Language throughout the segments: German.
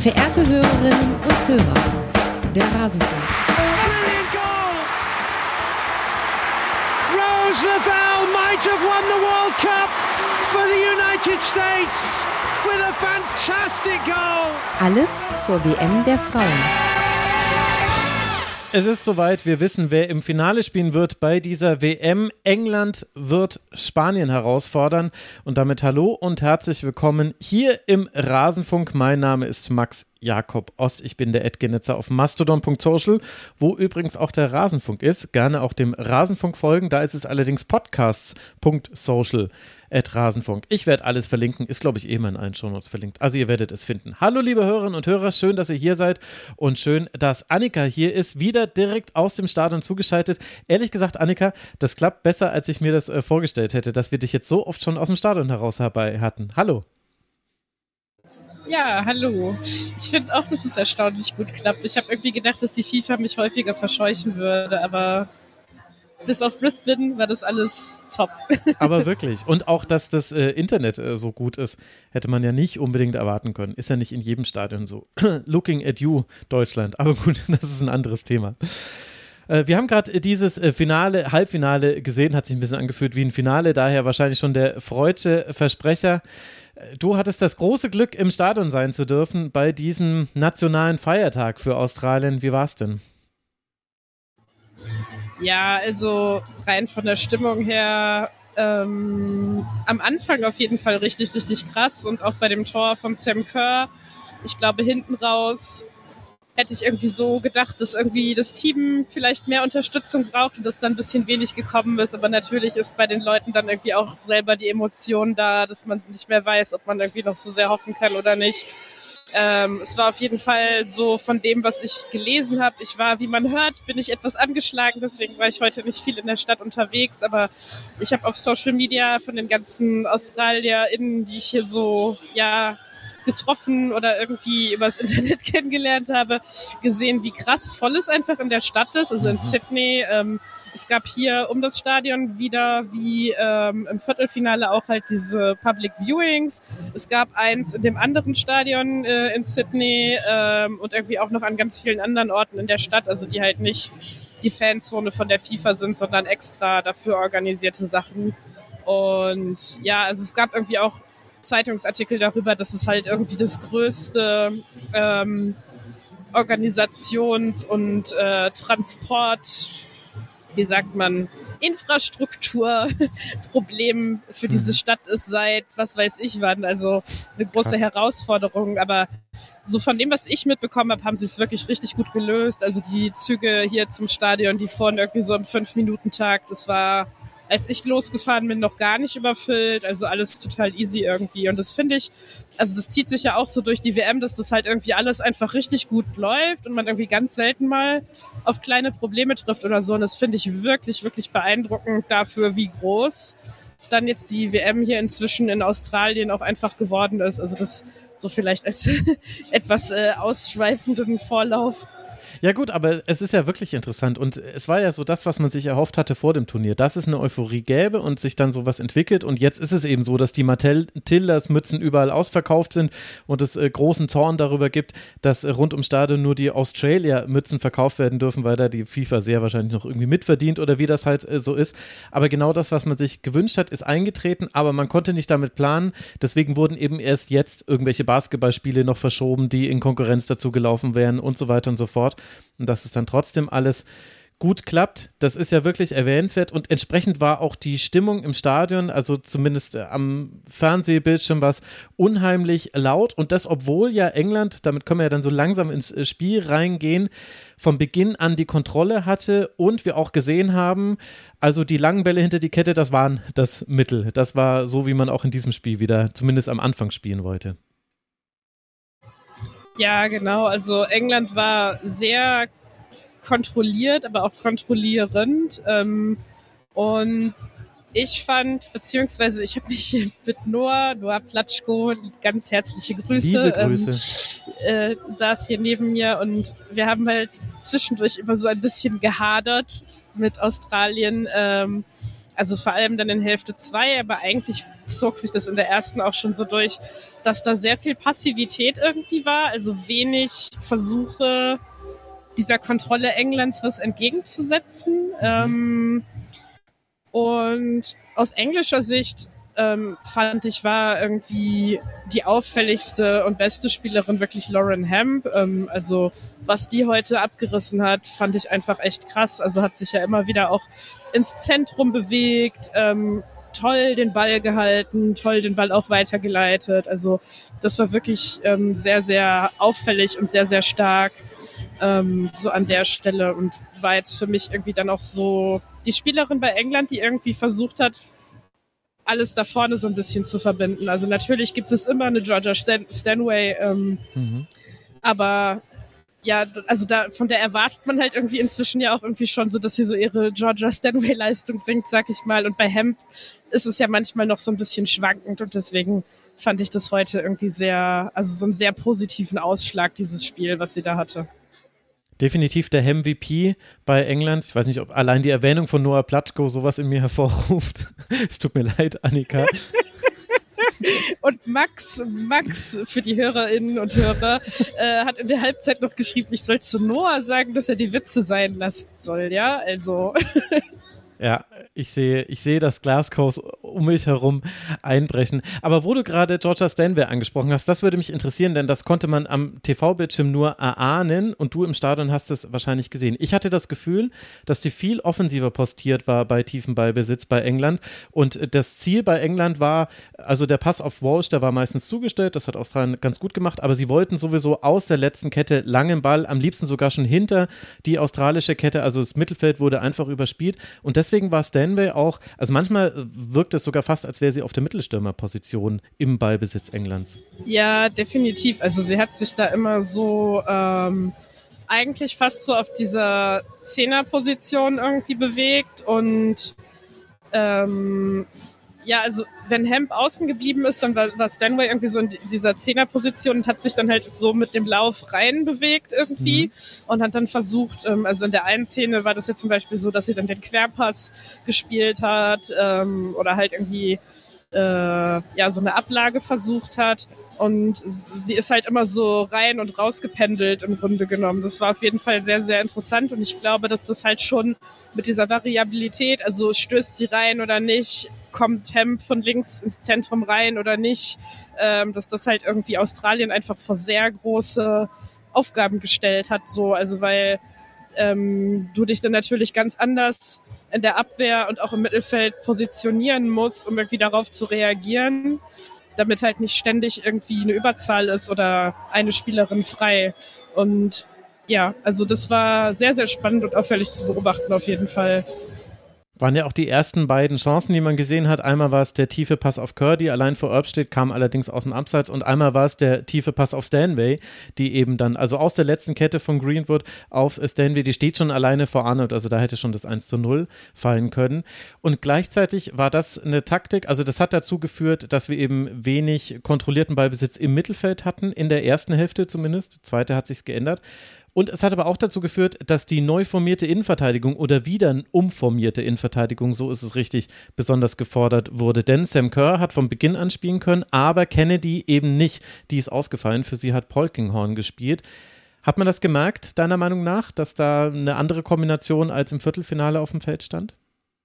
Verehrte Hörerinnen und Hörer, der Rasenfunk. Brilliant goal! Rose Lavelle might have won the World Cup for the United States with a fantastic goal. Alles zur WM der Frauen. Es ist soweit, wir wissen, wer im Finale spielen wird bei dieser WM. England wird Spanien herausfordern und damit hallo und herzlich willkommen hier im Rasenfunk. Mein Name ist Max Jakob Ost, ich bin der @genetzer auf mastodon.social, wo übrigens auch der Rasenfunk ist. Gerne auch dem Rasenfunk folgen, da ist es allerdings podcasts.social @rasenfunk. Ich werde alles verlinken, ist glaube ich immer in allen Shownotes verlinkt, also ihr werdet es finden. Hallo liebe Hörerinnen und Hörer, schön, dass ihr hier seid und schön, dass Annika hier ist, wieder direkt aus dem Stadion zugeschaltet. Ehrlich gesagt, Annika, das klappt besser, als ich mir das vorgestellt hätte, dass wir dich jetzt so oft schon aus dem Stadion heraus herbei hatten. Hallo. Ja, hallo. Ich finde auch, dass es erstaunlich gut klappt. Ich habe irgendwie gedacht, dass die FIFA mich häufiger verscheuchen würde, aber bis auf Brisbane war das alles top. Aber wirklich. Und auch, dass das Internet so gut ist, hätte man ja nicht unbedingt erwarten können. Ist ja nicht in jedem Stadion so. Looking at you, Deutschland. Aber gut, das ist ein anderes Thema. Wir haben gerade dieses Halbfinale gesehen, hat sich ein bisschen angefühlt wie ein Finale, daher wahrscheinlich schon der freudsche Versprecher. Du hattest das große Glück, im Stadion sein zu dürfen bei diesem nationalen Feiertag für Australien. Wie war es denn? Ja, also rein von der Stimmung her am Anfang auf jeden Fall richtig, richtig krass und auch bei dem Tor von Sam Kerr, ich glaube hinten raus hätte ich irgendwie so gedacht, dass irgendwie das Team vielleicht mehr Unterstützung braucht und dass dann ein bisschen wenig gekommen ist. Aber natürlich ist bei den Leuten dann irgendwie auch selber die Emotion da, dass man nicht mehr weiß, ob man irgendwie noch so sehr hoffen kann oder nicht. Es war auf jeden Fall so von dem, was ich gelesen habe. Ich war, wie man hört, bin ich etwas angeschlagen, deswegen war ich heute nicht viel in der Stadt unterwegs. Aber ich habe auf Social Media von den ganzen AustralierInnen, die ich hier so, getroffen oder irgendwie übers Internet kennengelernt habe, gesehen, wie krass voll es einfach in der Stadt ist. Also in Sydney, es gab hier um das Stadion wieder wie im Viertelfinale auch halt diese Public Viewings. Es gab eins in dem anderen Stadion in Sydney und irgendwie auch noch an ganz vielen anderen Orten in der Stadt, also die halt nicht die Fanzone von der FIFA sind, sondern extra dafür organisierte Sachen. Und ja, also es gab irgendwie auch Zeitungsartikel darüber, dass es halt irgendwie das größte Organisations- und Infrastrukturproblem für diese Stadt ist seit, was weiß ich wann, also eine große Herausforderung, aber so von dem, was ich mitbekommen habe, haben sie es wirklich richtig gut gelöst, also die Züge hier zum Stadion, die fuhren irgendwie so im 5-Minuten-Takt, das war, als ich losgefahren bin, noch gar nicht überfüllt, also alles total easy irgendwie und das finde ich, also das zieht sich ja auch so durch die WM, dass das halt irgendwie alles einfach richtig gut läuft und man irgendwie ganz selten mal auf kleine Probleme trifft oder so und das finde ich wirklich, wirklich beeindruckend dafür, wie groß dann jetzt die WM hier inzwischen in Australien auch einfach geworden ist, also das so vielleicht als etwas ausschweifenden Vorlauf. Ja gut, aber es ist ja wirklich interessant und es war ja so das, was man sich erhofft hatte vor dem Turnier, dass es eine Euphorie gäbe und sich dann sowas entwickelt und jetzt ist es eben so, dass die Matildas-Mützen überall ausverkauft sind und es großen Zorn darüber gibt, dass rund ums Stadion nur die Australia-Mützen verkauft werden dürfen, weil da die FIFA sehr wahrscheinlich noch irgendwie mitverdient oder wie das halt so ist, aber genau das, was man sich gewünscht hat, ist eingetreten, aber man konnte nicht damit planen, deswegen wurden eben erst jetzt irgendwelche Basketballspiele noch verschoben, die in Konkurrenz dazu gelaufen wären und so weiter und so fort. Und dass es dann trotzdem alles gut klappt, das ist ja wirklich erwähnenswert und entsprechend war auch die Stimmung im Stadion, also zumindest am Fernsehbildschirm war es unheimlich laut und das, obwohl ja England, damit können wir ja dann so langsam ins Spiel reingehen, von Beginn an die Kontrolle hatte und wir auch gesehen haben, also die langen Bälle hinter die Kette, das waren das Mittel, das war so, wie man auch in diesem Spiel wieder zumindest am Anfang spielen wollte. Ja, genau. Also England war sehr kontrolliert, aber auch kontrollierend. Und ich fand, beziehungsweise ich habe mich mit Noah Platschko, ganz herzliche Grüße, Liebe Grüße. Saß hier neben mir und wir haben halt zwischendurch immer so ein bisschen gehadert mit Australien. Also vor allem dann in Hälfte 2, aber eigentlich zog sich das in der ersten auch schon so durch, dass da sehr viel Passivität irgendwie war, also wenig Versuche, dieser Kontrolle Englands was entgegenzusetzen. Und aus englischer Sicht fand ich, war irgendwie die auffälligste und beste Spielerin wirklich Lauren Hemp. Also was die heute abgerissen hat, fand ich einfach echt krass. Also hat sich ja immer wieder auch ins Zentrum bewegt, toll den Ball gehalten, toll den Ball auch weitergeleitet. Also das war wirklich sehr, sehr auffällig und sehr, sehr stark so an der Stelle und war jetzt für mich irgendwie dann auch so die Spielerin bei England, die irgendwie versucht hat, alles da vorne so ein bisschen zu verbinden. Also natürlich gibt es immer eine Georgia Stanway, aber ja, also von der erwartet man halt irgendwie inzwischen ja auch irgendwie schon so, dass sie so ihre Georgia Stanway-Leistung bringt, sag ich mal. Und bei Hemp ist es ja manchmal noch so ein bisschen schwankend und deswegen fand ich das heute irgendwie also so einen sehr positiven Ausschlag, dieses Spiel, was sie da hatte. Definitiv der MVP bei England. Ich weiß nicht, ob allein die Erwähnung von Noah Platschko sowas in mir hervorruft. Es tut mir leid, Annika. Und Max, für die Hörerinnen und Hörer, hat in der Halbzeit noch geschrieben, ich soll zu Noah sagen, dass er die Witze sein lassen soll, ja? Also... Ja, ich sehe das Glasgow um mich herum einbrechen. Aber wo du gerade Georgia Stanway angesprochen hast, das würde mich interessieren, denn das konnte man am TV-Bildschirm nur erahnen und du im Stadion hast es wahrscheinlich gesehen. Ich hatte das Gefühl, dass die viel offensiver postiert war bei tiefem Ballbesitz bei England und das Ziel bei England war, also der Pass auf Walsh, der war meistens zugestellt, das hat Australien ganz gut gemacht, aber sie wollten sowieso aus der letzten Kette langen Ball, am liebsten sogar schon hinter die australische Kette, also das Mittelfeld wurde einfach überspielt und deswegen war Stanway auch, also manchmal wirkt es sogar fast, als wäre sie auf der Mittelstürmerposition im Ballbesitz Englands. Ja, definitiv. Also sie hat sich da immer so eigentlich fast so auf dieser Zehnerposition irgendwie bewegt und ja, also wenn Hemp außen geblieben ist, dann war Stanway irgendwie so in dieser Zehnerposition und hat sich dann halt so mit dem Lauf rein bewegt irgendwie und hat dann versucht, also in der einen Szene war das jetzt zum Beispiel so, dass sie dann den Querpass gespielt hat oder halt irgendwie ja so eine Ablage versucht hat und sie ist halt immer so rein und raus gependelt im Grunde genommen. Das war auf jeden Fall sehr, sehr interessant und ich glaube, dass das halt schon mit dieser Variabilität, also stößt sie rein oder nicht, kommt Hemp von links ins Zentrum rein oder nicht, dass das halt irgendwie Australien einfach vor sehr große Aufgaben gestellt hat, so, also weil du dich dann natürlich ganz anders in der Abwehr und auch im Mittelfeld positionieren musst, um irgendwie darauf zu reagieren, damit halt nicht ständig irgendwie eine Überzahl ist oder eine Spielerin frei. Und ja, also das war sehr, sehr spannend und auffällig zu beobachten auf jeden Fall. Waren ja auch die ersten beiden Chancen, die man gesehen hat. Einmal war es der tiefe Pass auf Kerr, die allein vor Earp steht, kam allerdings aus dem Abseits und einmal war es der tiefe Pass auf Stanway, die eben dann, also aus der letzten Kette von Greenwood auf Stanway, die steht schon alleine vor Arnold, also da hätte schon das 1:0 fallen können. Und gleichzeitig war das eine Taktik, also das hat dazu geführt, dass wir eben wenig kontrollierten Ballbesitz im Mittelfeld hatten, in der ersten Hälfte zumindest, zweite hat sich's geändert. Und es hat aber auch dazu geführt, dass die neu formierte Innenverteidigung oder wieder umformierte Innenverteidigung, so ist es richtig, besonders gefordert wurde. Denn Sam Kerr hat von Beginn an spielen können, aber Kennedy eben nicht. Die ist ausgefallen, für sie hat Polkinghorne gespielt. Hat man das gemerkt, deiner Meinung nach, dass da eine andere Kombination als im Viertelfinale auf dem Feld stand?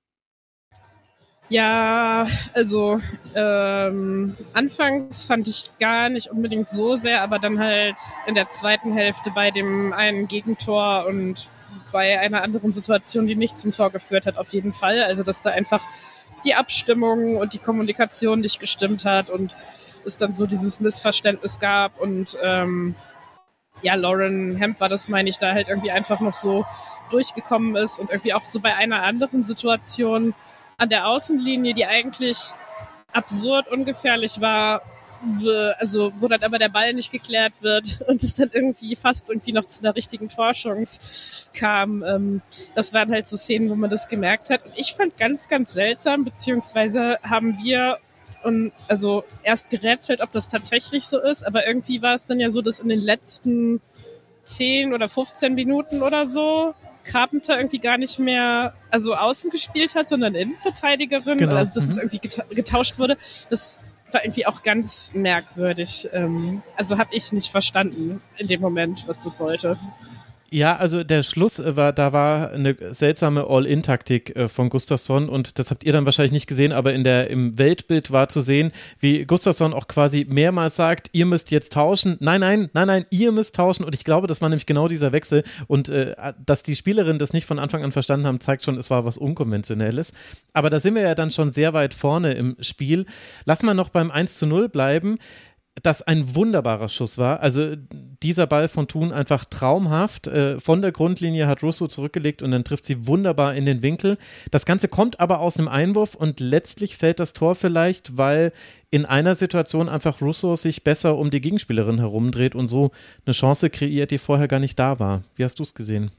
Ja, also anfangs fand ich gar nicht unbedingt so sehr, aber dann halt in der zweiten Hälfte bei dem einen Gegentor und bei einer anderen Situation, die nicht zum Tor geführt hat, auf jeden Fall. Also dass da einfach die Abstimmung und die Kommunikation nicht gestimmt hat und es dann so dieses Missverständnis gab und ja, Lauren Hemp war das, meine ich, da halt irgendwie einfach noch so durchgekommen ist und irgendwie auch so bei einer anderen Situation an der Außenlinie, die eigentlich absurd ungefährlich war, also wo dann aber der Ball nicht geklärt wird und es dann irgendwie fast irgendwie noch zu einer richtigen Torchance kam. Das waren halt so Szenen, wo man das gemerkt hat. Und ich fand ganz, ganz seltsam, beziehungsweise haben wir also erst gerätselt, ob das tatsächlich so ist, aber irgendwie war es dann ja so, dass in den letzten 10 oder 15 Minuten oder so Carpenter irgendwie gar nicht mehr außen gespielt hat, sondern Innenverteidigerin. Genau. Also dass es irgendwie getauscht wurde. Das war irgendwie auch ganz merkwürdig. Also habe ich nicht verstanden in dem Moment, was das sollte. Ja, also der Schluss da war eine seltsame All-In-Taktik von Gustafsson und das habt ihr dann wahrscheinlich nicht gesehen, aber im Weltbild war zu sehen, wie Gustafsson auch quasi mehrmals sagt, ihr müsst jetzt tauschen, nein, ihr müsst tauschen und ich glaube, das war nämlich genau dieser Wechsel und dass die Spielerinnen das nicht von Anfang an verstanden haben, zeigt schon, es war was Unkonventionelles, aber da sind wir ja dann schon sehr weit vorne im Spiel. Lass mal noch beim 1:0 bleiben. Das ein wunderbarer Schuss war. Also dieser Ball von Thun einfach traumhaft. Von der Grundlinie hat Russo zurückgelegt und dann trifft sie wunderbar in den Winkel. Das Ganze kommt aber aus einem Einwurf und letztlich fällt das Tor vielleicht, weil in einer Situation einfach Russo sich besser um die Gegenspielerin herumdreht und so eine Chance kreiert, die vorher gar nicht da war. Wie hast du es gesehen?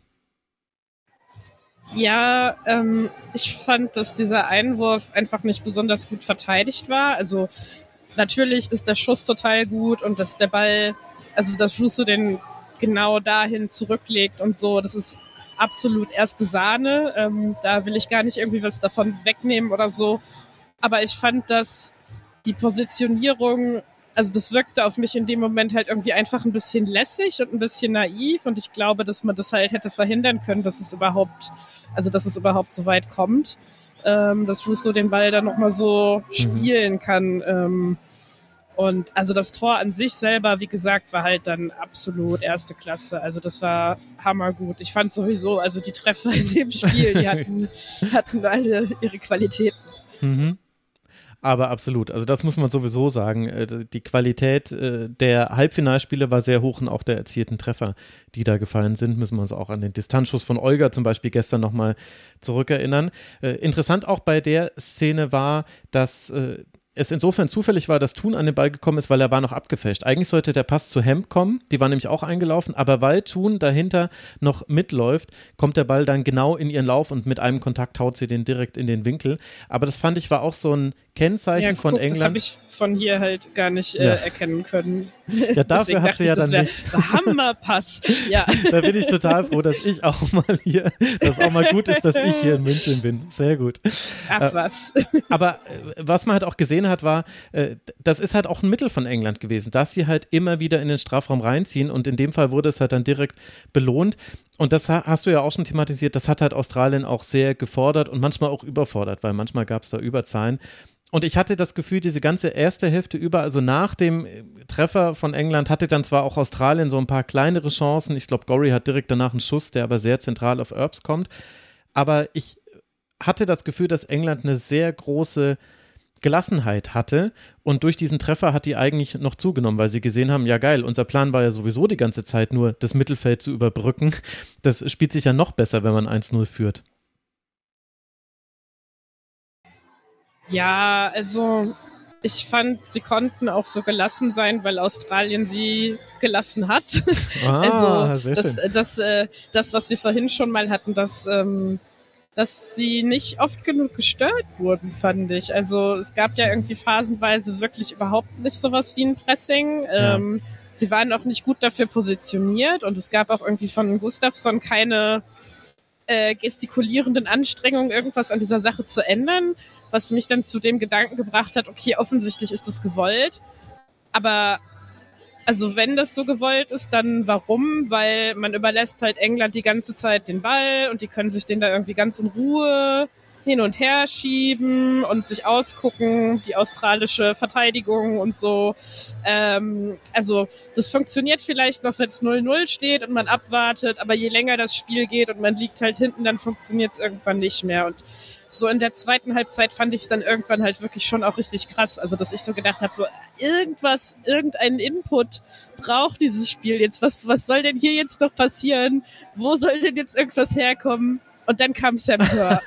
Ja, ich fand, dass dieser Einwurf einfach nicht besonders gut verteidigt war. Also natürlich ist der Schuss total gut und dass der Ball, also dass Russo den genau dahin zurücklegt und so, das ist absolut erste Sahne. Da will ich gar nicht irgendwie was davon wegnehmen oder so. Aber ich fand, dass die Positionierung, also das wirkte auf mich in dem Moment halt irgendwie einfach ein bisschen lässig und ein bisschen naiv und ich glaube, dass man das halt hätte verhindern können, dass es überhaupt so weit kommt. Dass Russo den Ball dann nochmal so spielen kann. Und also das Tor an sich selber, wie gesagt, war halt dann absolut erste Klasse. Also das war hammergut. Ich fand sowieso, also die Treffer in dem Spiel, die hatten alle ihre Qualitäten. Mhm. Aber absolut, also das muss man sowieso sagen, die Qualität der Halbfinalspiele war sehr hoch und auch der erzielten Treffer, die da gefallen sind, müssen wir uns auch an den Distanzschuss von Olga zum Beispiel gestern nochmal zurückerinnern. Interessant auch bei der Szene war, dass es insofern zufällig war, dass Thun an den Ball gekommen ist, weil er war noch abgefälscht. Eigentlich sollte der Pass zu Hemp kommen, die war nämlich auch eingelaufen, aber weil Thun dahinter noch mitläuft, kommt der Ball dann genau in ihren Lauf und mit einem Kontakt haut sie den direkt in den Winkel. Aber das fand ich war auch so ein Kennzeichen von England. Das habe ich von hier halt gar nicht erkennen können. Ja, dafür hast du ja dann nicht. Hammerpass. Ja. Da bin ich total froh, dass ich auch mal hier, dass es auch mal gut ist, dass ich hier in München bin. Sehr gut. Ach was. Aber was man halt auch gesehen hat, war, das ist halt auch ein Mittel von England gewesen, dass sie halt immer wieder in den Strafraum reinziehen und in dem Fall wurde es halt dann direkt belohnt. Und das hast du ja auch schon thematisiert, das hat halt Australien auch sehr gefordert und manchmal auch überfordert, weil manchmal gab es da Überzahlen. Und ich hatte das Gefühl, diese ganze erste Hälfte über, also nach dem Treffer von England, hatte dann zwar auch Australien so ein paar kleinere Chancen. Ich glaube, Gorry hat direkt danach einen Schuss, der aber sehr zentral auf Earps kommt. Aber ich hatte das Gefühl, dass England eine sehr große Gelassenheit hatte und durch diesen Treffer hat die eigentlich noch zugenommen, weil sie gesehen haben, ja geil, unser Plan war ja sowieso die ganze Zeit nur, das Mittelfeld zu überbrücken. Das spielt sich ja noch besser, wenn man 1:0 führt. Ja, also ich fand, sie konnten auch so gelassen sein, weil Australien sie gelassen hat. Also das, was wir vorhin schon mal hatten, dass sie nicht oft genug gestört wurden, fand ich. Also es gab ja irgendwie phasenweise wirklich überhaupt nicht sowas wie ein Pressing. Ja. Sie waren auch nicht gut dafür positioniert und es gab auch irgendwie von Gustafsson keine gestikulierenden Anstrengungen, irgendwas an dieser Sache zu ändern, was mich dann zu dem Gedanken gebracht hat, okay, offensichtlich ist das gewollt, aber also wenn das so gewollt ist, dann warum? Weil man überlässt halt England die ganze Zeit den Ball und die können sich den da irgendwie ganz in Ruhe hin und her schieben und sich ausgucken, die australische Verteidigung und so. Also das funktioniert vielleicht noch, wenn es 0:0 steht und man abwartet, aber je länger das Spiel geht und man liegt halt hinten, dann funktioniert es irgendwann nicht mehr. Und so in der zweiten Halbzeit fand ich es dann irgendwann halt wirklich schon auch richtig krass. Also dass ich so gedacht habe, so irgendeinen Input braucht dieses Spiel jetzt. Was soll denn hier jetzt noch passieren? Wo soll denn jetzt irgendwas herkommen? Und dann kam Sam Kerr.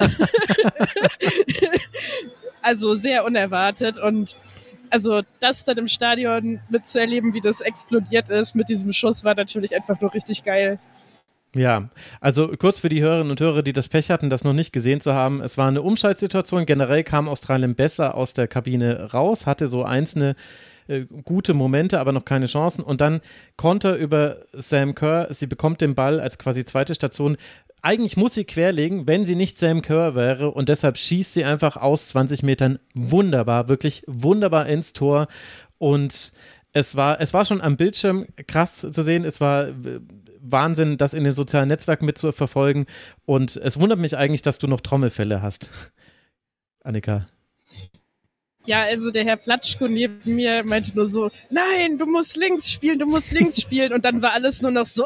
Also sehr unerwartet und also das dann im Stadion mitzuerleben, wie das explodiert ist mit diesem Schuss, war natürlich einfach nur richtig geil. Ja, also kurz für die Hörerinnen und Hörer, die das Pech hatten, das noch nicht gesehen zu haben, es war eine Umschaltsituation, generell kam Australien besser aus der Kabine raus, hatte so einzelne gute Momente, aber noch keine Chancen und dann Konter über Sam Kerr, sie bekommt den Ball als quasi zweite Station eigentlich muss sie querlegen, wenn sie nicht Sam Kerr wäre und deshalb schießt sie einfach aus 20 Metern wunderbar, wirklich wunderbar ins Tor und es war schon am Bildschirm krass zu sehen, es war Wahnsinn, das in den sozialen Netzwerken mitzuverfolgen und es wundert mich eigentlich, dass du noch Trommelfälle hast. Annika. Ja, also der Herr Platschko neben mir meinte nur so, nein, du musst links spielen und dann war alles nur noch so,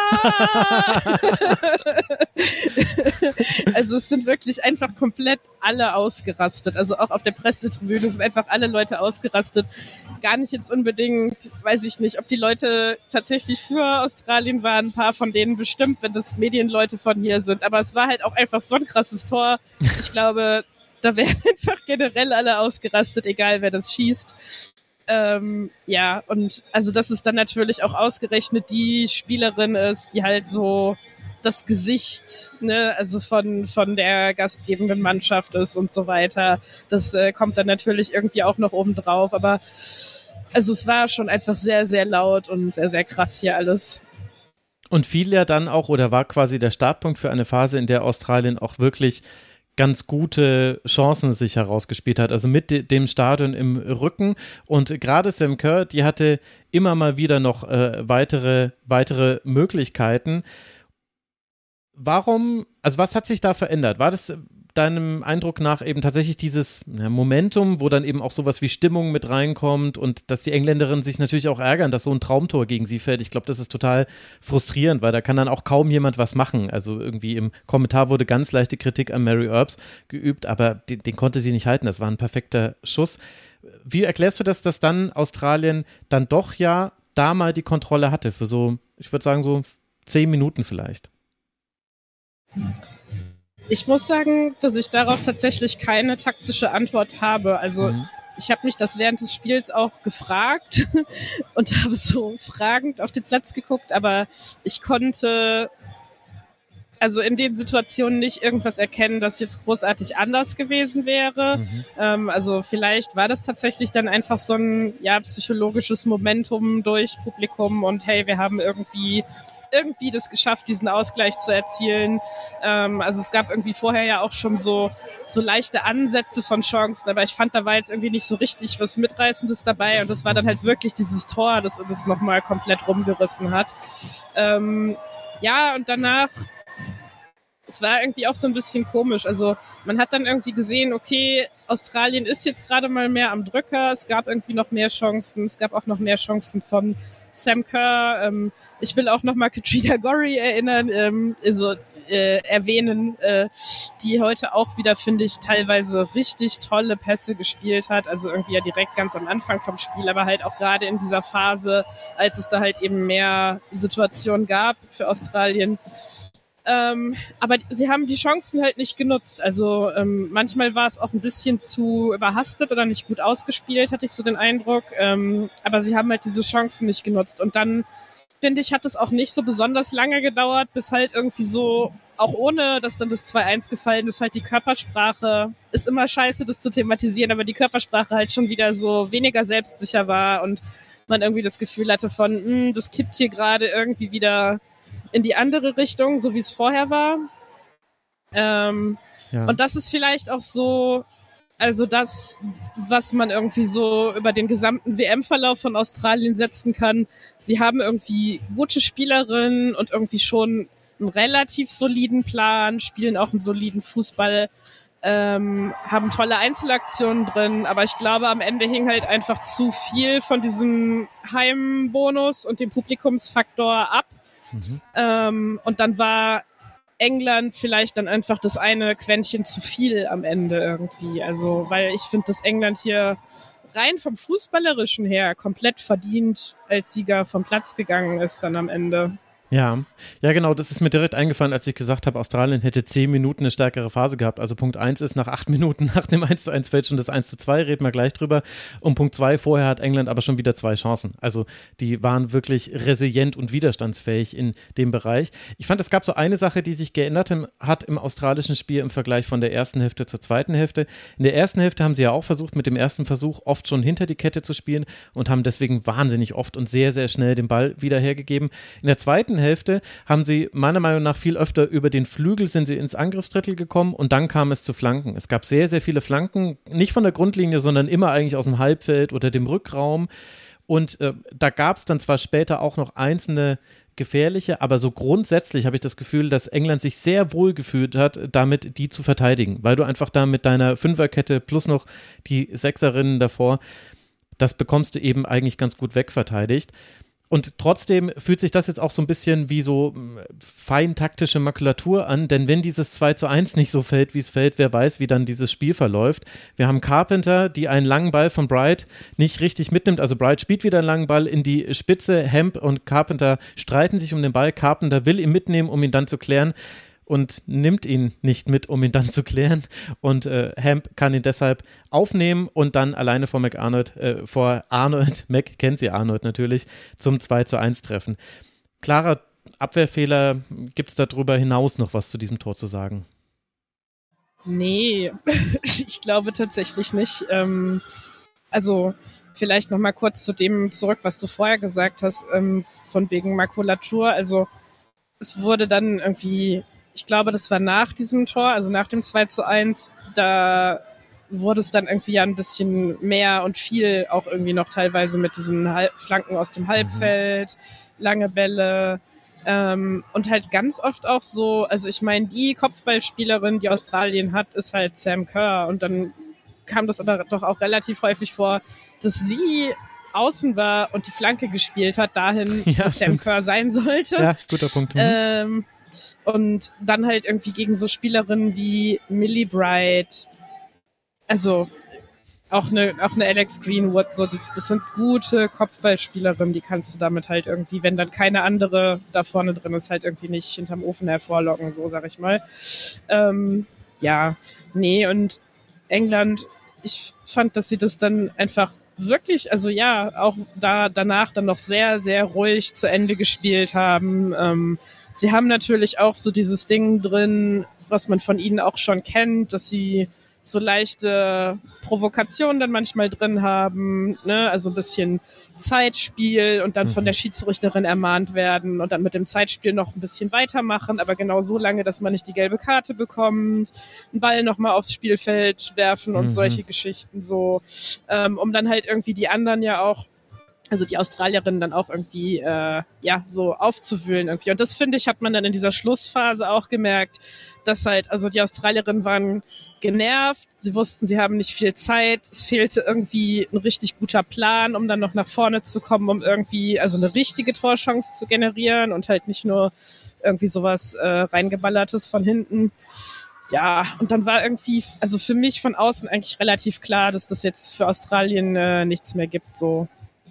Also es sind wirklich einfach komplett alle ausgerastet, also auch auf der Pressetribüne sind einfach alle Leute ausgerastet, gar nicht jetzt unbedingt, weiß ich nicht, ob die Leute tatsächlich für Australien waren, ein paar von denen bestimmt, wenn das Medienleute von hier sind, aber es war halt auch einfach so ein krasses Tor, ich glaube, da werden einfach generell alle ausgerastet, egal wer das schießt. Ja, und also dass es dann natürlich auch ausgerechnet die Spielerin ist, die halt so das Gesicht, ne, also von der gastgebenden Mannschaft ist und so weiter. Das kommt dann natürlich irgendwie auch noch oben drauf. Aber also es war schon einfach sehr, sehr laut und sehr, sehr krass hier alles. Und fiel ja dann auch oder war quasi der Startpunkt für eine Phase, in der Australien auch wirklich ganz gute Chancen sich herausgespielt hat, also mit dem Stadion im Rücken und gerade Sam Kerr, die hatte immer mal wieder noch weitere Möglichkeiten. Warum, also was hat sich da verändert? War das deinem Eindruck nach eben tatsächlich dieses Momentum, wo dann eben auch sowas wie Stimmung mit reinkommt und dass die Engländerinnen sich natürlich auch ärgern, dass so ein Traumtor gegen sie fällt. Ich glaube, das ist total frustrierend, weil da kann dann auch kaum jemand was machen. Also irgendwie im Kommentar wurde ganz leichte Kritik an Mary Earps geübt, aber den konnte sie nicht halten. Das war ein perfekter Schuss. Wie erklärst du das, dass dann Australien dann doch ja da mal die Kontrolle hatte für so, ich würde sagen so 10 Minuten vielleicht? Ich muss sagen, dass ich darauf tatsächlich keine taktische Antwort habe. Also ich habe mich das während des Spiels auch gefragt und habe so fragend auf den Platz geguckt, aber ich konnte also in den Situationen nicht irgendwas erkennen, das jetzt großartig anders gewesen wäre. Also vielleicht war das tatsächlich dann einfach so ein psychologisches Momentum durch Publikum und hey, wir haben irgendwie das geschafft, diesen Ausgleich zu erzielen. Also es gab irgendwie vorher ja auch schon so leichte Ansätze von Chancen, aber ich fand, da war jetzt irgendwie nicht so richtig was Mitreißendes dabei und das war dann halt wirklich dieses Tor, das nochmal komplett rumgerissen hat. Ja, und danach es war irgendwie auch so ein bisschen komisch. Also man hat dann irgendwie gesehen, okay, Australien ist jetzt gerade mal mehr am Drücker. Es gab irgendwie noch mehr Chancen. Es gab auch noch mehr Chancen von Sam Kerr. Ich will auch noch mal Katrina Gorry erwähnen, die heute auch wieder, finde ich, teilweise richtig tolle Pässe gespielt hat. Also irgendwie ja direkt ganz am Anfang vom Spiel, aber halt auch gerade in dieser Phase, als es da halt eben mehr Situationen gab für Australien. Aber sie haben die Chancen halt nicht genutzt. Also manchmal war es auch ein bisschen zu überhastet oder nicht gut ausgespielt, hatte ich so den Eindruck. Aber sie haben halt diese Chancen nicht genutzt. Und dann, finde ich, hat es auch nicht so besonders lange gedauert, bis halt irgendwie so, auch ohne, dass dann das 2-1 gefallen ist, halt die Körpersprache, ist immer scheiße, das zu thematisieren, aber die Körpersprache halt schon wieder so weniger selbstsicher war und man irgendwie das Gefühl hatte von, das kippt hier gerade irgendwie wieder in die andere Richtung, so wie es vorher war. Und das ist vielleicht auch so, also das, was man irgendwie so über den gesamten WM-Verlauf von Australien setzen kann. Sie haben irgendwie gute Spielerinnen und irgendwie schon einen relativ soliden Plan, spielen auch einen soliden Fußball, haben tolle Einzelaktionen drin, aber ich glaube, am Ende hing halt einfach zu viel von diesem Heimbonus und dem Publikumsfaktor ab. Und dann war England vielleicht dann einfach das eine Quäntchen zu viel am Ende irgendwie. Also, weil ich finde, dass England hier rein vom Fußballerischen her komplett verdient als Sieger vom Platz gegangen ist dann am Ende. Ja, genau, das ist mir direkt eingefallen, als ich gesagt habe, Australien hätte 10 Minuten eine stärkere Phase gehabt. Also Punkt 1 ist, nach 8 Minuten nach dem 1:1 fällt schon das 1:2, reden wir gleich drüber. Und Punkt 2, vorher hat England aber schon wieder 2 Chancen. Also die waren wirklich resilient und widerstandsfähig in dem Bereich. Ich fand, es gab so eine Sache, die sich geändert hat im australischen Spiel im Vergleich von der ersten Hälfte zur zweiten Hälfte. In der ersten Hälfte haben sie ja auch versucht, mit dem ersten Versuch oft schon hinter die Kette zu spielen und haben deswegen wahnsinnig oft und sehr, sehr schnell den Ball wieder hergegeben. In der zweiten Hälfte haben sie meiner Meinung nach viel öfter über den Flügel sind sie ins Angriffsdrittel gekommen und dann kam es zu Flanken. Es gab sehr, sehr viele Flanken, nicht von der Grundlinie, sondern immer eigentlich aus dem Halbfeld oder dem Rückraum. Und da gab es dann zwar später auch noch einzelne gefährliche, aber so grundsätzlich habe ich das Gefühl, dass England sich sehr wohl gefühlt hat, damit die zu verteidigen, weil du einfach da mit deiner Fünferkette plus noch die Sechserinnen davor, das bekommst du eben eigentlich ganz gut wegverteidigt. Und trotzdem fühlt sich das jetzt auch so ein bisschen wie so fein taktische Makulatur an, denn wenn dieses 2:1 nicht so fällt, wie es fällt, wer weiß, wie dann dieses Spiel verläuft. Wir haben Carpenter, die einen langen Ball von Bright nicht richtig mitnimmt, also Bright spielt wieder einen langen Ball in die Spitze, Hemp und Carpenter streiten sich um den Ball, Carpenter will ihn mitnehmen, um ihn dann zu klären und nimmt ihn nicht mit, um ihn dann zu klären und Hemp kann ihn deshalb aufnehmen und dann alleine vor Mackenzie Arnold natürlich zum 2:1 treffen. Klarer Abwehrfehler, gibt es darüber hinaus noch was zu diesem Tor zu sagen? Nee, ich glaube tatsächlich nicht. Also vielleicht noch mal kurz zu dem zurück, was du vorher gesagt hast, von wegen Makulatur. Also es wurde dann irgendwie, ich glaube, das war nach diesem Tor, also nach dem 2:1, da wurde es dann irgendwie ja ein bisschen mehr und viel auch irgendwie noch teilweise mit diesen Flanken aus dem Halbfeld, lange Bälle und halt ganz oft auch so, also ich meine, die Kopfballspielerin, die Australien hat, ist halt Sam Kerr und dann kam das aber doch auch relativ häufig vor, dass sie außen war und die Flanke gespielt hat, dahin, Ja, wo Sam Kerr sein sollte. Ja, guter Punkt. Und dann halt irgendwie gegen so Spielerinnen wie Millie Bright, also auch eine Alex Greenwood, so das sind gute Kopfballspielerinnen, die kannst du damit halt irgendwie, wenn dann keine andere da vorne drin ist, halt irgendwie nicht hinterm Ofen hervorlocken, so sag ich mal. Und England, ich fand, dass sie das dann einfach wirklich, also ja, auch danach dann noch sehr, sehr ruhig zu Ende gespielt haben. Sie haben natürlich auch so dieses Ding drin, was man von ihnen auch schon kennt, dass sie so leichte Provokationen dann manchmal drin haben, ne? Also ein bisschen Zeitspiel und dann von der Schiedsrichterin ermahnt werden und dann mit dem Zeitspiel noch ein bisschen weitermachen, aber genau so lange, dass man nicht die gelbe Karte bekommt, einen Ball nochmal aufs Spielfeld werfen und solche Geschichten so, um dann halt irgendwie die anderen ja auch, also die Australierinnen dann auch irgendwie so aufzuwühlen irgendwie. Und das, finde ich, hat man dann in dieser Schlussphase auch gemerkt, dass halt, also die Australierinnen waren genervt, sie wussten, sie haben nicht viel Zeit, es fehlte irgendwie ein richtig guter Plan, um dann noch nach vorne zu kommen, um irgendwie also eine richtige Torchance zu generieren und halt nicht nur irgendwie sowas reingeballertes von hinten. Ja, und dann war irgendwie, also für mich von außen eigentlich relativ klar, dass das jetzt für Australien nichts mehr gibt, so.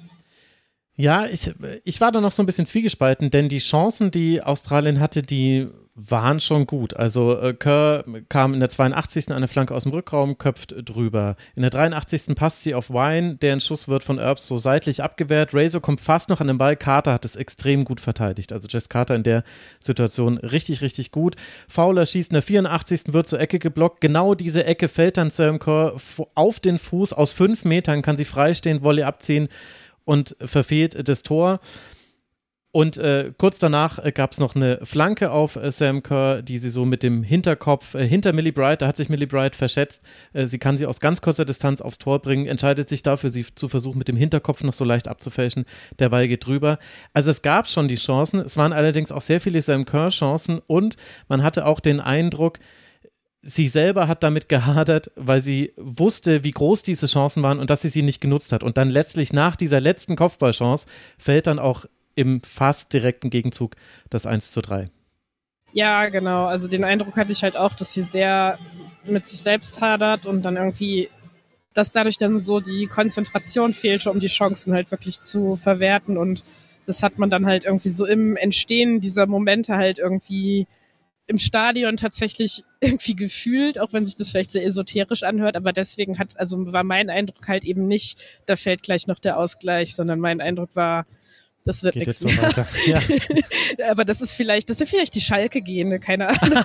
Ja, ich war da noch so ein bisschen zwiegespalten, denn die Chancen, die Australien hatte, die waren schon gut. Also Kerr kam in der 82. eine Flanke aus dem Rückraum, köpft drüber. In der 83. passt sie auf Wine, deren Schuss wird von Earps so seitlich abgewehrt. Razor kommt fast noch an den Ball, Carter hat es extrem gut verteidigt. Also Jess Carter in der Situation richtig, richtig gut. Fowler schießt in der 84. wird zur Ecke geblockt. Genau diese Ecke fällt dann Sam Kerr auf den Fuß. Aus 5 Metern kann sie freistehen, Volley abziehen und verfehlt das Tor. Und kurz danach gab es noch eine Flanke auf Sam Kerr, die sie so mit dem Hinterkopf hinter Millie Bright, da hat sich Millie Bright verschätzt. Sie kann sie aus ganz kurzer Distanz aufs Tor bringen, entscheidet sich dafür, sie zu versuchen, mit dem Hinterkopf noch so leicht abzufälschen. Der Ball geht drüber. Also es gab schon die Chancen, es waren allerdings auch sehr viele Sam Kerr-Chancen und man hatte auch den Eindruck, sie selber hat damit gehadert, weil sie wusste, wie groß diese Chancen waren und dass sie nicht genutzt hat. Und dann letztlich nach dieser letzten Kopfballchance fällt dann auch im fast direkten Gegenzug das 1:3. Ja, genau. Also den Eindruck hatte ich halt auch, dass sie sehr mit sich selbst hadert und dann irgendwie, dass dadurch dann so die Konzentration fehlte, um die Chancen halt wirklich zu verwerten. Und das hat man dann halt irgendwie so im Entstehen dieser Momente halt irgendwie im Stadion tatsächlich irgendwie gefühlt, auch wenn sich das vielleicht sehr esoterisch anhört, aber deswegen war mein Eindruck halt eben nicht, da fällt gleich noch der Ausgleich, sondern mein Eindruck war, Das wird Geht nichts jetzt so mehr. weiter. Ja. Aber das sind vielleicht die Schalke-Gene, keine Ahnung.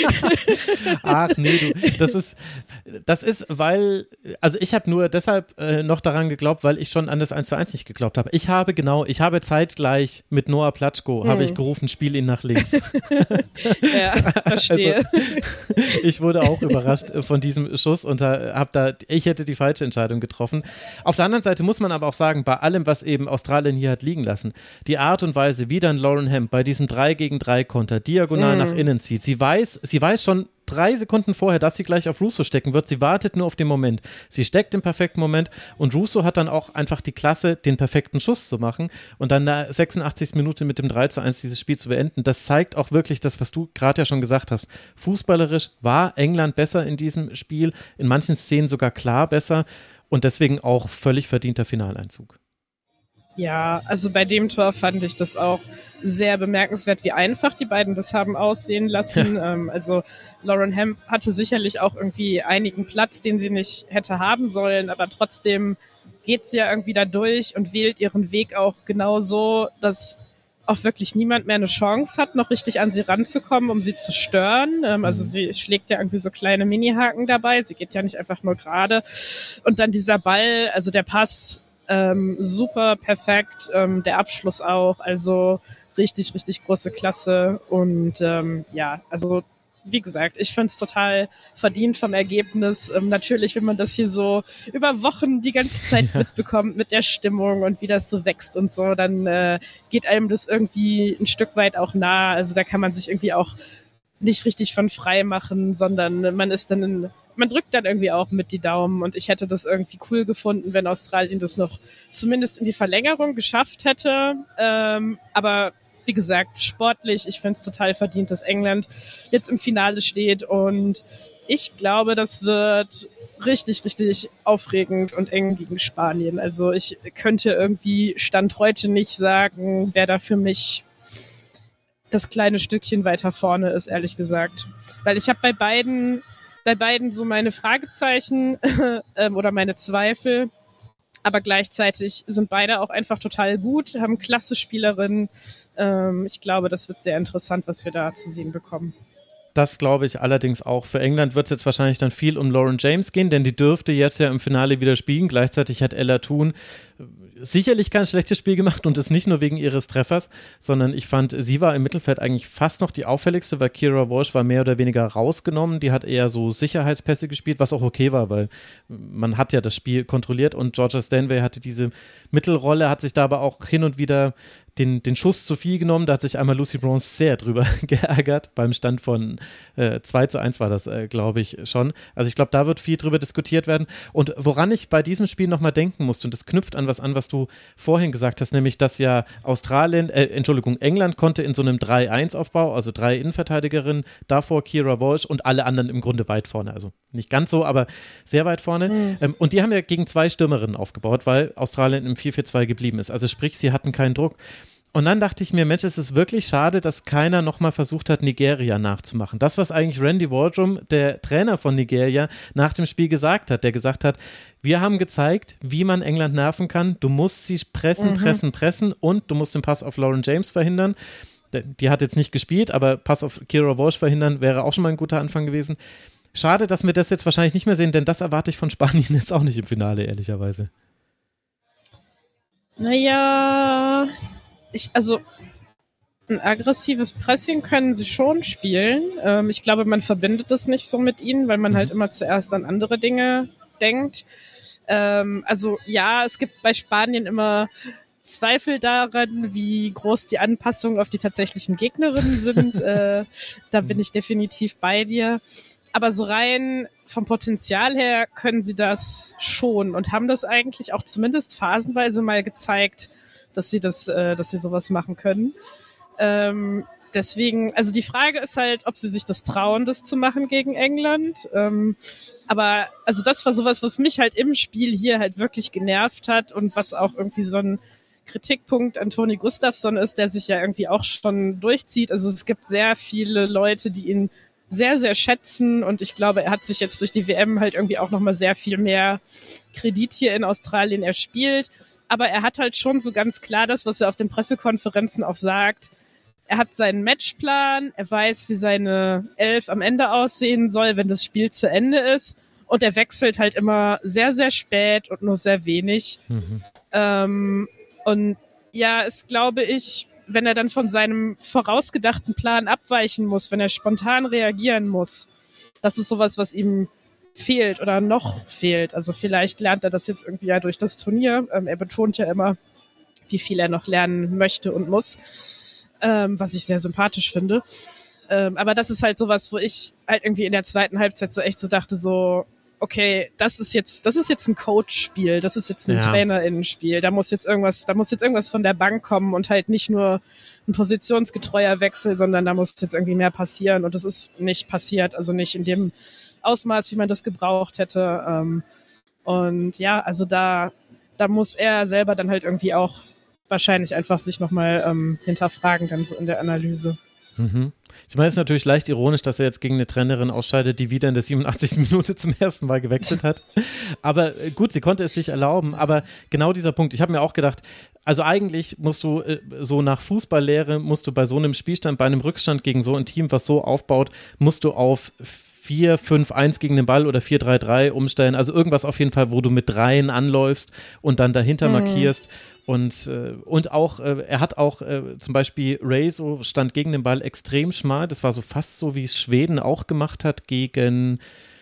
Ach nee, das ist, weil, also ich habe nur deshalb noch daran geglaubt, weil ich schon an das 1:1 nicht geglaubt habe. Ich habe zeitgleich mit Noah Platschko, habe ich gerufen, spiel ihn nach links. Ja, verstehe. Also, ich wurde auch überrascht von diesem Schuss und ich hätte die falsche Entscheidung getroffen. Auf der anderen Seite muss man aber auch sagen, bei allem, was eben Australien hier hat liegen lassen, die Art und Weise, wie dann Lauren Hemp bei diesem 3-gegen-3-Konter diagonal nach innen zieht, sie weiß schon 3 Sekunden vorher, dass sie gleich auf Russo stecken wird. Sie wartet nur auf den Moment. Sie steckt im perfekten Moment und Russo hat dann auch einfach die Klasse, den perfekten Schuss zu machen und dann in der 86. Minute mit dem 3:1 dieses Spiel zu beenden. Das zeigt auch wirklich das, was du gerade ja schon gesagt hast. Fußballerisch war England besser in diesem Spiel, in manchen Szenen sogar klar besser und deswegen auch völlig verdienter Finaleinzug. Ja, also bei dem Tor fand ich das auch sehr bemerkenswert, wie einfach die beiden das haben aussehen lassen. Also Lauren Hemp hatte sicherlich auch irgendwie einigen Platz, den sie nicht hätte haben sollen, aber trotzdem geht sie ja irgendwie da durch und wählt ihren Weg auch genau so, dass auch wirklich niemand mehr eine Chance hat, noch richtig an sie ranzukommen, um sie zu stören. Also sie schlägt ja irgendwie so kleine Mini-Haken dabei, sie geht ja nicht einfach nur gerade. Und dann dieser Ball, also der Pass, super perfekt, der Abschluss auch, also richtig, richtig große Klasse und ja, also wie gesagt, ich finde es total verdient vom Ergebnis. Natürlich, wenn man das hier so über Wochen die ganze Zeit mitbekommt mit der Stimmung und wie das so wächst und so, dann geht einem das irgendwie ein Stück weit auch nah. Also da kann man sich irgendwie auch nicht richtig von frei machen, sondern man drückt dann irgendwie auch mit die Daumen und ich hätte das irgendwie cool gefunden, wenn Australien das noch zumindest in die Verlängerung geschafft hätte. Aber wie gesagt, sportlich, ich finde es total verdient, dass England jetzt im Finale steht und ich glaube, das wird richtig, richtig aufregend und eng gegen Spanien. Also ich könnte irgendwie Stand heute nicht sagen, wer da für mich das kleine Stückchen weiter vorne ist, ehrlich gesagt. Weil ich habe bei beiden so meine Fragezeichen oder meine Zweifel, aber gleichzeitig sind beide auch einfach total gut, haben klasse Spielerinnen. Ich glaube, das wird sehr interessant, was wir da zu sehen bekommen. Das glaube ich allerdings auch. Für England wird es jetzt wahrscheinlich dann viel um Lauren James gehen, denn die dürfte jetzt ja im Finale wieder spielen. Gleichzeitig hat Ella Toone sicherlich kein schlechtes Spiel gemacht und das nicht nur wegen ihres Treffers, sondern ich fand, sie war im Mittelfeld eigentlich fast noch die auffälligste, weil Keira Walsh war mehr oder weniger rausgenommen. Die hat eher so Sicherheitspässe gespielt, was auch okay war, weil man hat ja das Spiel kontrolliert und Georgia Stanway hatte diese Mittelrolle, hat sich da aber auch hin und wieder den Schuss zu viel genommen. Da hat sich einmal Lucy Bronze sehr drüber geärgert. Beim Stand von 2:1 war das, glaube ich, schon. Also ich glaube, da wird viel drüber diskutiert werden. Und woran ich bei diesem Spiel nochmal denken musste, und das knüpft an was du vorhin gesagt hast, nämlich, dass ja England konnte in so einem 3-1-Aufbau, also 3 Innenverteidigerinnen, davor Keira Walsh und alle anderen im Grunde weit vorne. Also nicht ganz so, aber sehr weit vorne. Und die haben ja gegen 2 Stürmerinnen aufgebaut, weil Australien im 4-4-2 geblieben ist. Also sprich, sie hatten keinen Druck. Und dann dachte ich mir, Mensch, es ist wirklich schade, dass keiner nochmal versucht hat, Nigeria nachzumachen. Das, was eigentlich Randy Waldrum, der Trainer von Nigeria, nach dem Spiel gesagt hat, der gesagt hat, wir haben gezeigt, wie man England nerven kann. Du musst sie pressen und du musst den Pass auf Lauren James verhindern. Die hat jetzt nicht gespielt, aber Pass auf Keira Walsh verhindern wäre auch schon mal ein guter Anfang gewesen. Schade, dass wir das jetzt wahrscheinlich nicht mehr sehen, denn das erwarte ich von Spanien jetzt auch nicht im Finale, ehrlicherweise. Naja, ein aggressives Pressing können sie schon spielen. Ich glaube, man verbindet das nicht so mit ihnen, weil man halt immer zuerst an andere Dinge denkt. Es gibt bei Spanien immer Zweifel daran, wie groß die Anpassungen auf die tatsächlichen Gegnerinnen sind. Da bin ich definitiv bei dir. Aber so rein vom Potenzial her können sie das schon und haben das eigentlich auch zumindest phasenweise mal gezeigt, dass sie sowas machen können. Deswegen, also die Frage ist halt, ob sie sich das trauen, das zu machen gegen England. Aber also das war sowas, was mich halt im Spiel hier halt wirklich genervt hat und was auch irgendwie so ein Kritikpunkt an Toni Gustafsson ist, der sich ja irgendwie auch schon durchzieht. Also es gibt sehr viele Leute, die ihn sehr, sehr schätzen und ich glaube, er hat sich jetzt durch die WM halt irgendwie auch nochmal sehr viel mehr Kredit hier in Australien erspielt. aber er hat halt schon so ganz klar das, was er auf den Pressekonferenzen auch sagt. Er hat seinen Matchplan, er weiß, wie seine Elf am Ende aussehen soll, wenn das Spiel zu Ende ist. Und er wechselt halt immer sehr, sehr spät und nur sehr wenig. Und ja, ist, glaube ich, wenn er dann von seinem vorausgedachten Plan abweichen muss, wenn er spontan reagieren muss, das ist sowas, was ihm fehlt oder noch fehlt. Also vielleicht lernt er das jetzt irgendwie ja durch das Turnier. Er betont ja immer, wie viel er noch lernen möchte und muss. Was ich sehr sympathisch finde. Aber das ist halt sowas, wo ich halt irgendwie in der zweiten Halbzeit so echt so dachte, so, okay, das ist jetzt ein Coach-Spiel, das ist jetzt ein TrainerInnen-Spiel, da muss jetzt irgendwas von der Bank kommen und halt nicht nur ein positionsgetreuer Wechsel, sondern da muss jetzt irgendwie mehr passieren und das ist nicht passiert, also nicht in dem Ausmaß, wie man das gebraucht hätte. Und ja, also da muss er selber dann halt irgendwie auch wahrscheinlich einfach sich nochmal hinterfragen dann so in der Analyse. Ich meine, es ist natürlich leicht ironisch, dass er jetzt gegen eine Trainerin ausscheidet, die wieder in der 87. Minute zum ersten Mal gewechselt hat. Aber gut, sie konnte es sich erlauben. Aber genau dieser Punkt, ich habe mir auch gedacht, also eigentlich musst du so nach Fußballlehre, musst du bei so einem Spielstand, bei einem Rückstand gegen so ein Team, was so aufbaut, musst du auf 4-5-1 gegen den Ball oder 4-3-3 umstellen. Also irgendwas auf jeden Fall, wo du mit Dreien anläufst und dann dahinter markierst. Und auch, er hat auch zum Beispiel Ray so stand gegen den Ball extrem schmal. Das war so fast so, wie es Schweden auch gemacht hat gegen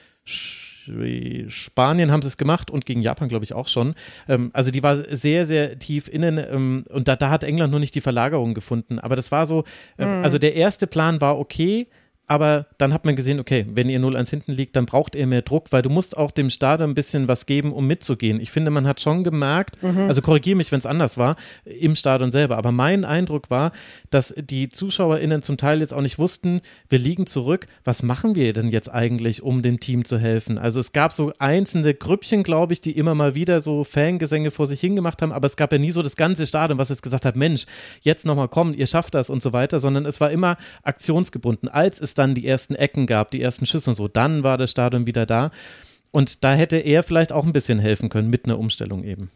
Spanien haben sie es gemacht und gegen Japan, glaube ich, auch schon. Also die war sehr, sehr tief innen und da hat England nur nicht die Verlagerung gefunden. Aber das war so, also der erste Plan war okay, aber dann hat man gesehen, okay, wenn ihr 0-1 hinten liegt, dann braucht ihr mehr Druck, weil du musst auch dem Stadion ein bisschen was geben, um mitzugehen. Ich finde, man hat schon gemerkt, also korrigiere mich, wenn es anders war, im Stadion selber, aber mein Eindruck war, dass die ZuschauerInnen zum Teil jetzt auch nicht wussten, wir liegen zurück, was machen wir denn jetzt eigentlich, um dem Team zu helfen? Also es gab so einzelne Grüppchen, glaube ich, die immer mal wieder so Fangesänge vor sich hingemacht haben, aber es gab ja nie so das ganze Stadion, was jetzt gesagt hat, Mensch, jetzt nochmal kommen, ihr schafft das und so weiter, sondern es war immer aktionsgebunden. Als es dann die ersten Ecken gab, die ersten Schüsse und so, dann war das Stadion wieder da und da hätte er vielleicht auch ein bisschen helfen können mit einer Umstellung eben.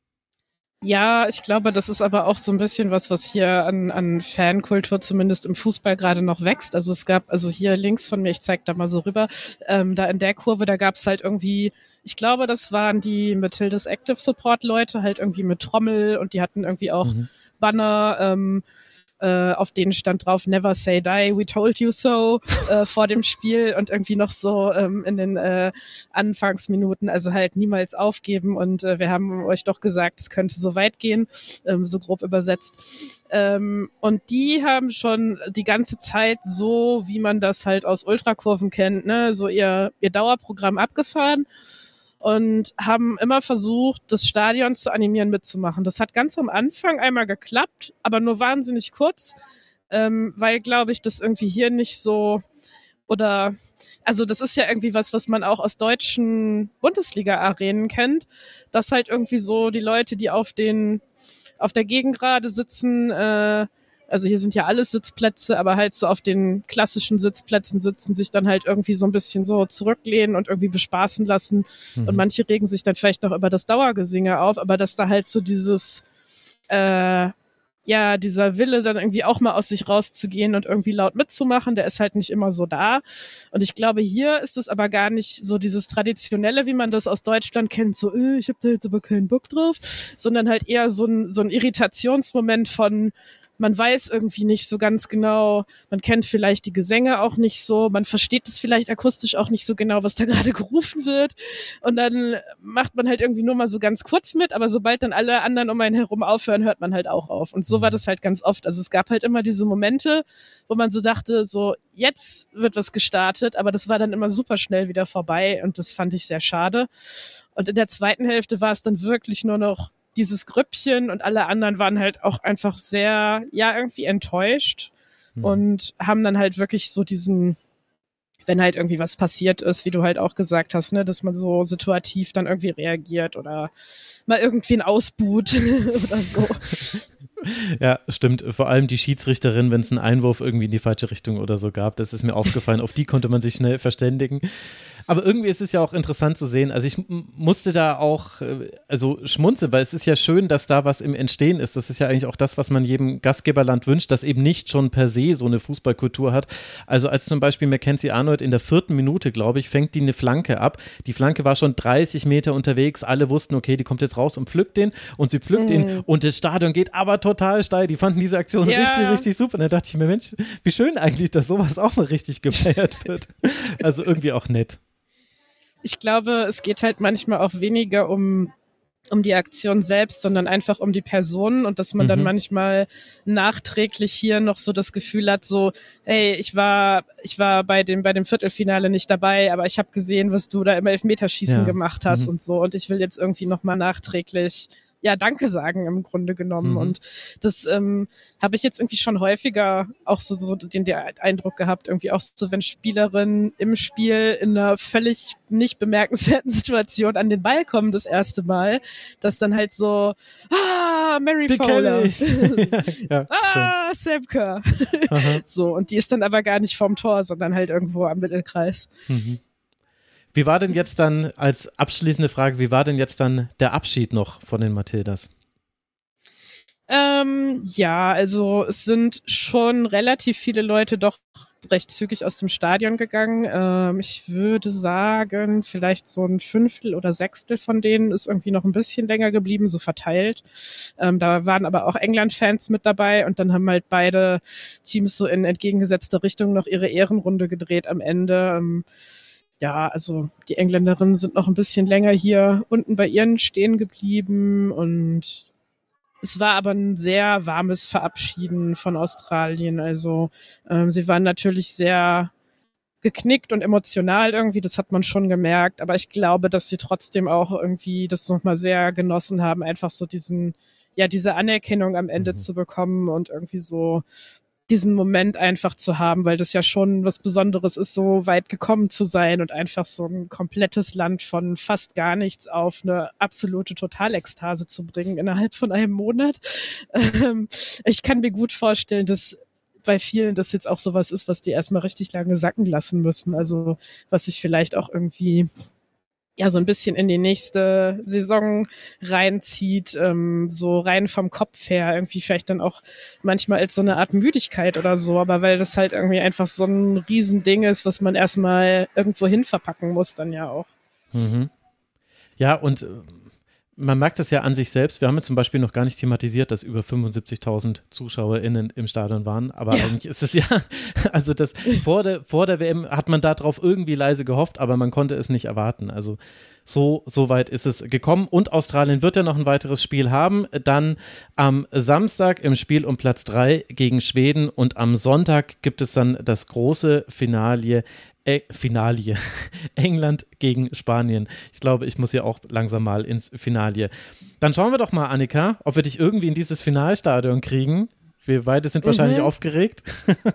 Ja, ich glaube, das ist aber auch so ein bisschen was hier an Fankultur zumindest im Fußball gerade noch wächst. Also es gab, also hier links von mir, ich zeig da mal so rüber, da in der Kurve, da gab es halt irgendwie, ich glaube, das waren die Matildas Active Support Leute, halt irgendwie mit Trommel und die hatten irgendwie auch Banner, auf denen stand drauf Never say die, we told you so vor dem Spiel und irgendwie noch so in den Anfangsminuten, also halt niemals aufgeben und wir haben euch doch gesagt, es könnte so weit gehen, so grob übersetzt. Und die haben schon die ganze Zeit so, wie man das halt aus Ultrakurven kennt, ne, so ihr Dauerprogramm abgefahren und haben immer versucht, das Stadion zu animieren, mitzumachen. Das hat ganz am Anfang einmal geklappt, aber nur wahnsinnig kurz, weil, glaube ich, das irgendwie hier nicht so oder, also das ist ja irgendwie was man auch aus deutschen Bundesliga-Arenen kennt, dass halt irgendwie so die Leute, die auf der Gegengrade sitzen, also hier sind ja alles Sitzplätze, aber halt so auf den klassischen Sitzplätzen sitzen, sich dann halt irgendwie so ein bisschen so zurücklehnen und irgendwie bespaßen lassen. Und manche regen sich dann vielleicht noch über das Dauergesinge auf, aber dass da halt so dieses, dieser Wille dann irgendwie auch mal aus sich rauszugehen und irgendwie laut mitzumachen, der ist halt nicht immer so da. Und ich glaube, hier ist es aber gar nicht so dieses Traditionelle, wie man das aus Deutschland kennt, so, ich hab da jetzt aber keinen Bock drauf, sondern halt eher so ein Irritationsmoment von, man weiß irgendwie nicht so ganz genau, man kennt vielleicht die Gesänge auch nicht so, man versteht es vielleicht akustisch auch nicht so genau, was da gerade gerufen wird und dann macht man halt irgendwie nur mal so ganz kurz mit, aber sobald dann alle anderen um einen herum aufhören, hört man halt auch auf und so war das halt ganz oft, also es gab halt immer diese Momente, wo man so dachte, so jetzt wird was gestartet, aber das war dann immer super schnell wieder vorbei und das fand ich sehr schade und in der zweiten Hälfte war es dann wirklich nur noch dieses Grüppchen und alle anderen waren halt auch einfach sehr, irgendwie enttäuscht und haben dann halt wirklich so diesen, wenn halt irgendwie was passiert ist, wie du halt auch gesagt hast, ne, dass man so situativ dann irgendwie reagiert oder mal irgendwen ausbuht oder so. Ja, stimmt. Vor allem die Schiedsrichterin, wenn es einen Einwurf irgendwie in die falsche Richtung oder so gab, das ist mir aufgefallen. Auf die konnte man sich schnell verständigen. Aber irgendwie ist es ja auch interessant zu sehen. Also ich musste da auch schmunzeln, weil es ist ja schön, dass da was im Entstehen ist. Das ist ja eigentlich auch das, was man jedem Gastgeberland wünscht, das eben nicht schon per se so eine Fußballkultur hat. Also als zum Beispiel Mackenzie Arnold in der 4. Minute, glaube ich, fängt die eine Flanke ab. Die Flanke war schon 30 Meter unterwegs. Alle wussten, okay, die kommt jetzt raus und pflückt den. Und sie pflückt ihn und das Stadion geht aber total steil. Die fanden diese Aktion richtig, richtig super. Und dann dachte ich mir, Mensch, wie schön eigentlich, dass sowas auch mal richtig gefeiert wird. Also irgendwie auch nett. Ich glaube, es geht halt manchmal auch weniger um die Aktion selbst, sondern einfach um die Personen und dass man dann manchmal nachträglich hier noch so das Gefühl hat, so, hey, ich war bei dem Viertelfinale nicht dabei, aber ich habe gesehen, was du da im Elfmeterschießen gemacht hast und so, und ich will jetzt irgendwie nochmal nachträglich Danke sagen im Grunde genommen. Und das habe ich jetzt irgendwie schon häufiger auch so den Eindruck gehabt, irgendwie auch so, wenn Spielerinnen im Spiel in einer völlig nicht bemerkenswerten Situation an den Ball kommen das erste Mal, dass dann halt so, Mary Fowler. Sam Kerr. So, und die ist dann aber gar nicht vorm Tor, sondern halt irgendwo am Mittelkreis. Wie war denn jetzt dann, als abschließende Frage, wie war denn jetzt dann der Abschied noch von den Matildas? Also es sind schon relativ viele Leute doch recht zügig aus dem Stadion gegangen. Ich würde sagen, vielleicht so ein 1/5 oder 1/6 von denen ist irgendwie noch ein bisschen länger geblieben, so verteilt. Da waren aber auch England-Fans mit dabei und dann haben halt beide Teams so in entgegengesetzter Richtung noch ihre Ehrenrunde gedreht am Ende. Also die Engländerinnen sind noch ein bisschen länger hier unten bei ihren stehen geblieben und es war aber ein sehr warmes Verabschieden von Australien. Also sie waren natürlich sehr geknickt und emotional irgendwie, das hat man schon gemerkt, aber ich glaube, dass sie trotzdem auch irgendwie das nochmal sehr genossen haben, einfach so diese Anerkennung am Ende zu bekommen und irgendwie so diesen Moment einfach zu haben, weil das ja schon was Besonderes ist, so weit gekommen zu sein und einfach so ein komplettes Land von fast gar nichts auf eine absolute Totalekstase zu bringen innerhalb von einem Monat. Ich kann mir gut vorstellen, dass bei vielen das jetzt auch sowas ist, was die erstmal richtig lange sacken lassen müssen. Also was sich vielleicht auch irgendwie so ein bisschen in die nächste Saison reinzieht, so rein vom Kopf her, irgendwie vielleicht dann auch manchmal als so eine Art Müdigkeit oder so, aber weil das halt irgendwie einfach so ein Riesending ist, was man erstmal irgendwo hin verpacken muss dann ja auch. Ja, und man merkt das ja an sich selbst. Wir haben jetzt zum Beispiel noch gar nicht thematisiert, dass über 75.000 ZuschauerInnen im Stadion waren. Aber eigentlich ist es also das vor der WM hat man darauf irgendwie leise gehofft, aber man konnte es nicht erwarten. Also so weit ist es gekommen. Und Australien wird ja noch ein weiteres Spiel haben. Dann am Samstag im Spiel um Platz 3 gegen Schweden und am Sonntag gibt es dann das große Finale England gegen Spanien. Ich glaube, ich muss ja auch langsam mal ins Finale. Dann schauen wir doch mal, Annika, ob wir dich irgendwie in dieses Finalstadion kriegen. Wir beide sind wahrscheinlich aufgeregt.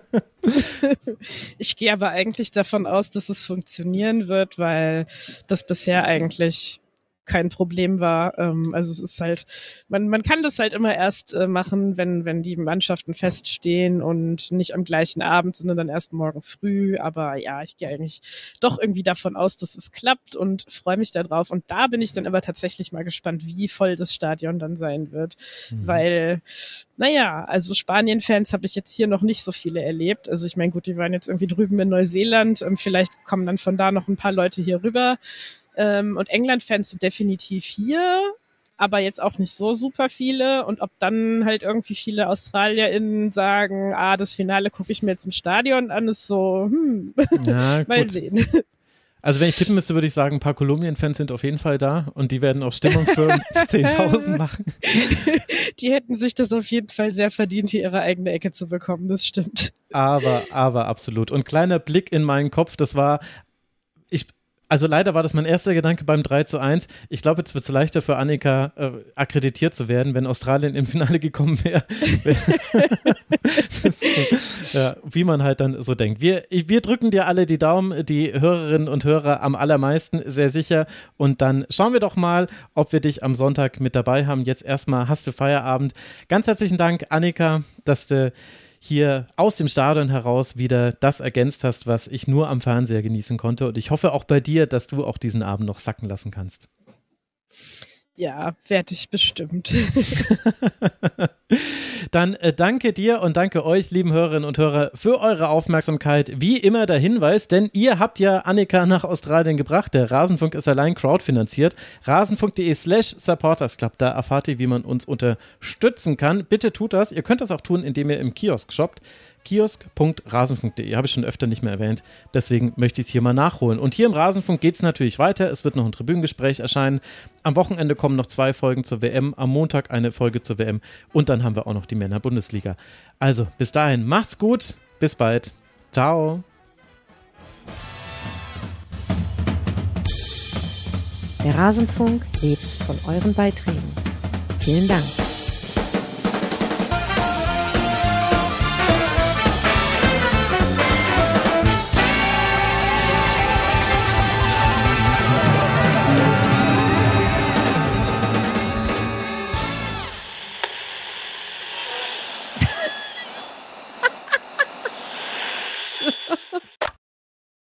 Ich gehe aber eigentlich davon aus, dass es funktionieren wird, weil das bisher eigentlich kein Problem war. Also es ist halt, man kann das halt immer erst machen, wenn die Mannschaften feststehen und nicht am gleichen Abend, sondern dann erst morgen früh. Aber ja, ich gehe eigentlich doch irgendwie davon aus, dass es klappt und freue mich darauf. Und da bin ich dann aber tatsächlich mal gespannt, wie voll das Stadion dann sein wird. Weil, also Spanien-Fans habe ich jetzt hier noch nicht so viele erlebt. Also ich meine, gut, die waren jetzt irgendwie drüben in Neuseeland. Vielleicht kommen dann von da noch ein paar Leute hier rüber. Und England-Fans sind definitiv hier, aber jetzt auch nicht so super viele. Und ob dann halt irgendwie viele AustralierInnen sagen, das Finale gucke ich mir jetzt im Stadion an, ist so, mal sehen. Also wenn ich tippen müsste, würde ich sagen, ein paar Kolumbien-Fans sind auf jeden Fall da und die werden auch Stimmung für 10.000 machen. Die hätten sich das auf jeden Fall sehr verdient, hier ihre eigene Ecke zu bekommen, das stimmt. Aber absolut. Und kleiner Blick in meinen Kopf, das war, also leider war das mein erster Gedanke beim 3:1. Ich glaube, jetzt wird es leichter für Annika, akkreditiert zu werden, wenn Australien im Finale gekommen wäre. Ja, wie man halt dann so denkt. Wir drücken dir alle die Daumen, die Hörerinnen und Hörer am allermeisten, sehr sicher. Und dann schauen wir doch mal, ob wir dich am Sonntag mit dabei haben. Jetzt erstmal hast du Feierabend. Ganz herzlichen Dank, Annika, dass du hier aus dem Stadion heraus wieder das ergänzt hast, was ich nur am Fernseher genießen konnte. Und ich hoffe auch bei dir, dass du auch diesen Abend noch sacken lassen kannst. Ja, werde ich bestimmt. Dann danke dir und danke euch, lieben Hörerinnen und Hörer, für eure Aufmerksamkeit. Wie immer der Hinweis, denn ihr habt ja Annika nach Australien gebracht. Der Rasenfunk ist allein crowdfinanziert. rasenfunk.de/supportersclub. Da erfahrt ihr, wie man uns unterstützen kann. Bitte tut das. Ihr könnt das auch tun, indem ihr im Kiosk shoppt. kiosk.rasenfunk.de, habe ich schon öfter nicht mehr erwähnt, deswegen möchte ich es hier mal nachholen. Und hier im Rasenfunk geht es natürlich weiter, es wird noch ein Tribünengespräch erscheinen, am Wochenende kommen noch 2 Folgen zur WM, am Montag eine Folge zur WM und dann haben wir auch noch die Männer-Bundesliga. Also, bis dahin, macht's gut, bis bald, ciao. Der Rasenfunk lebt von euren Beiträgen. Vielen Dank.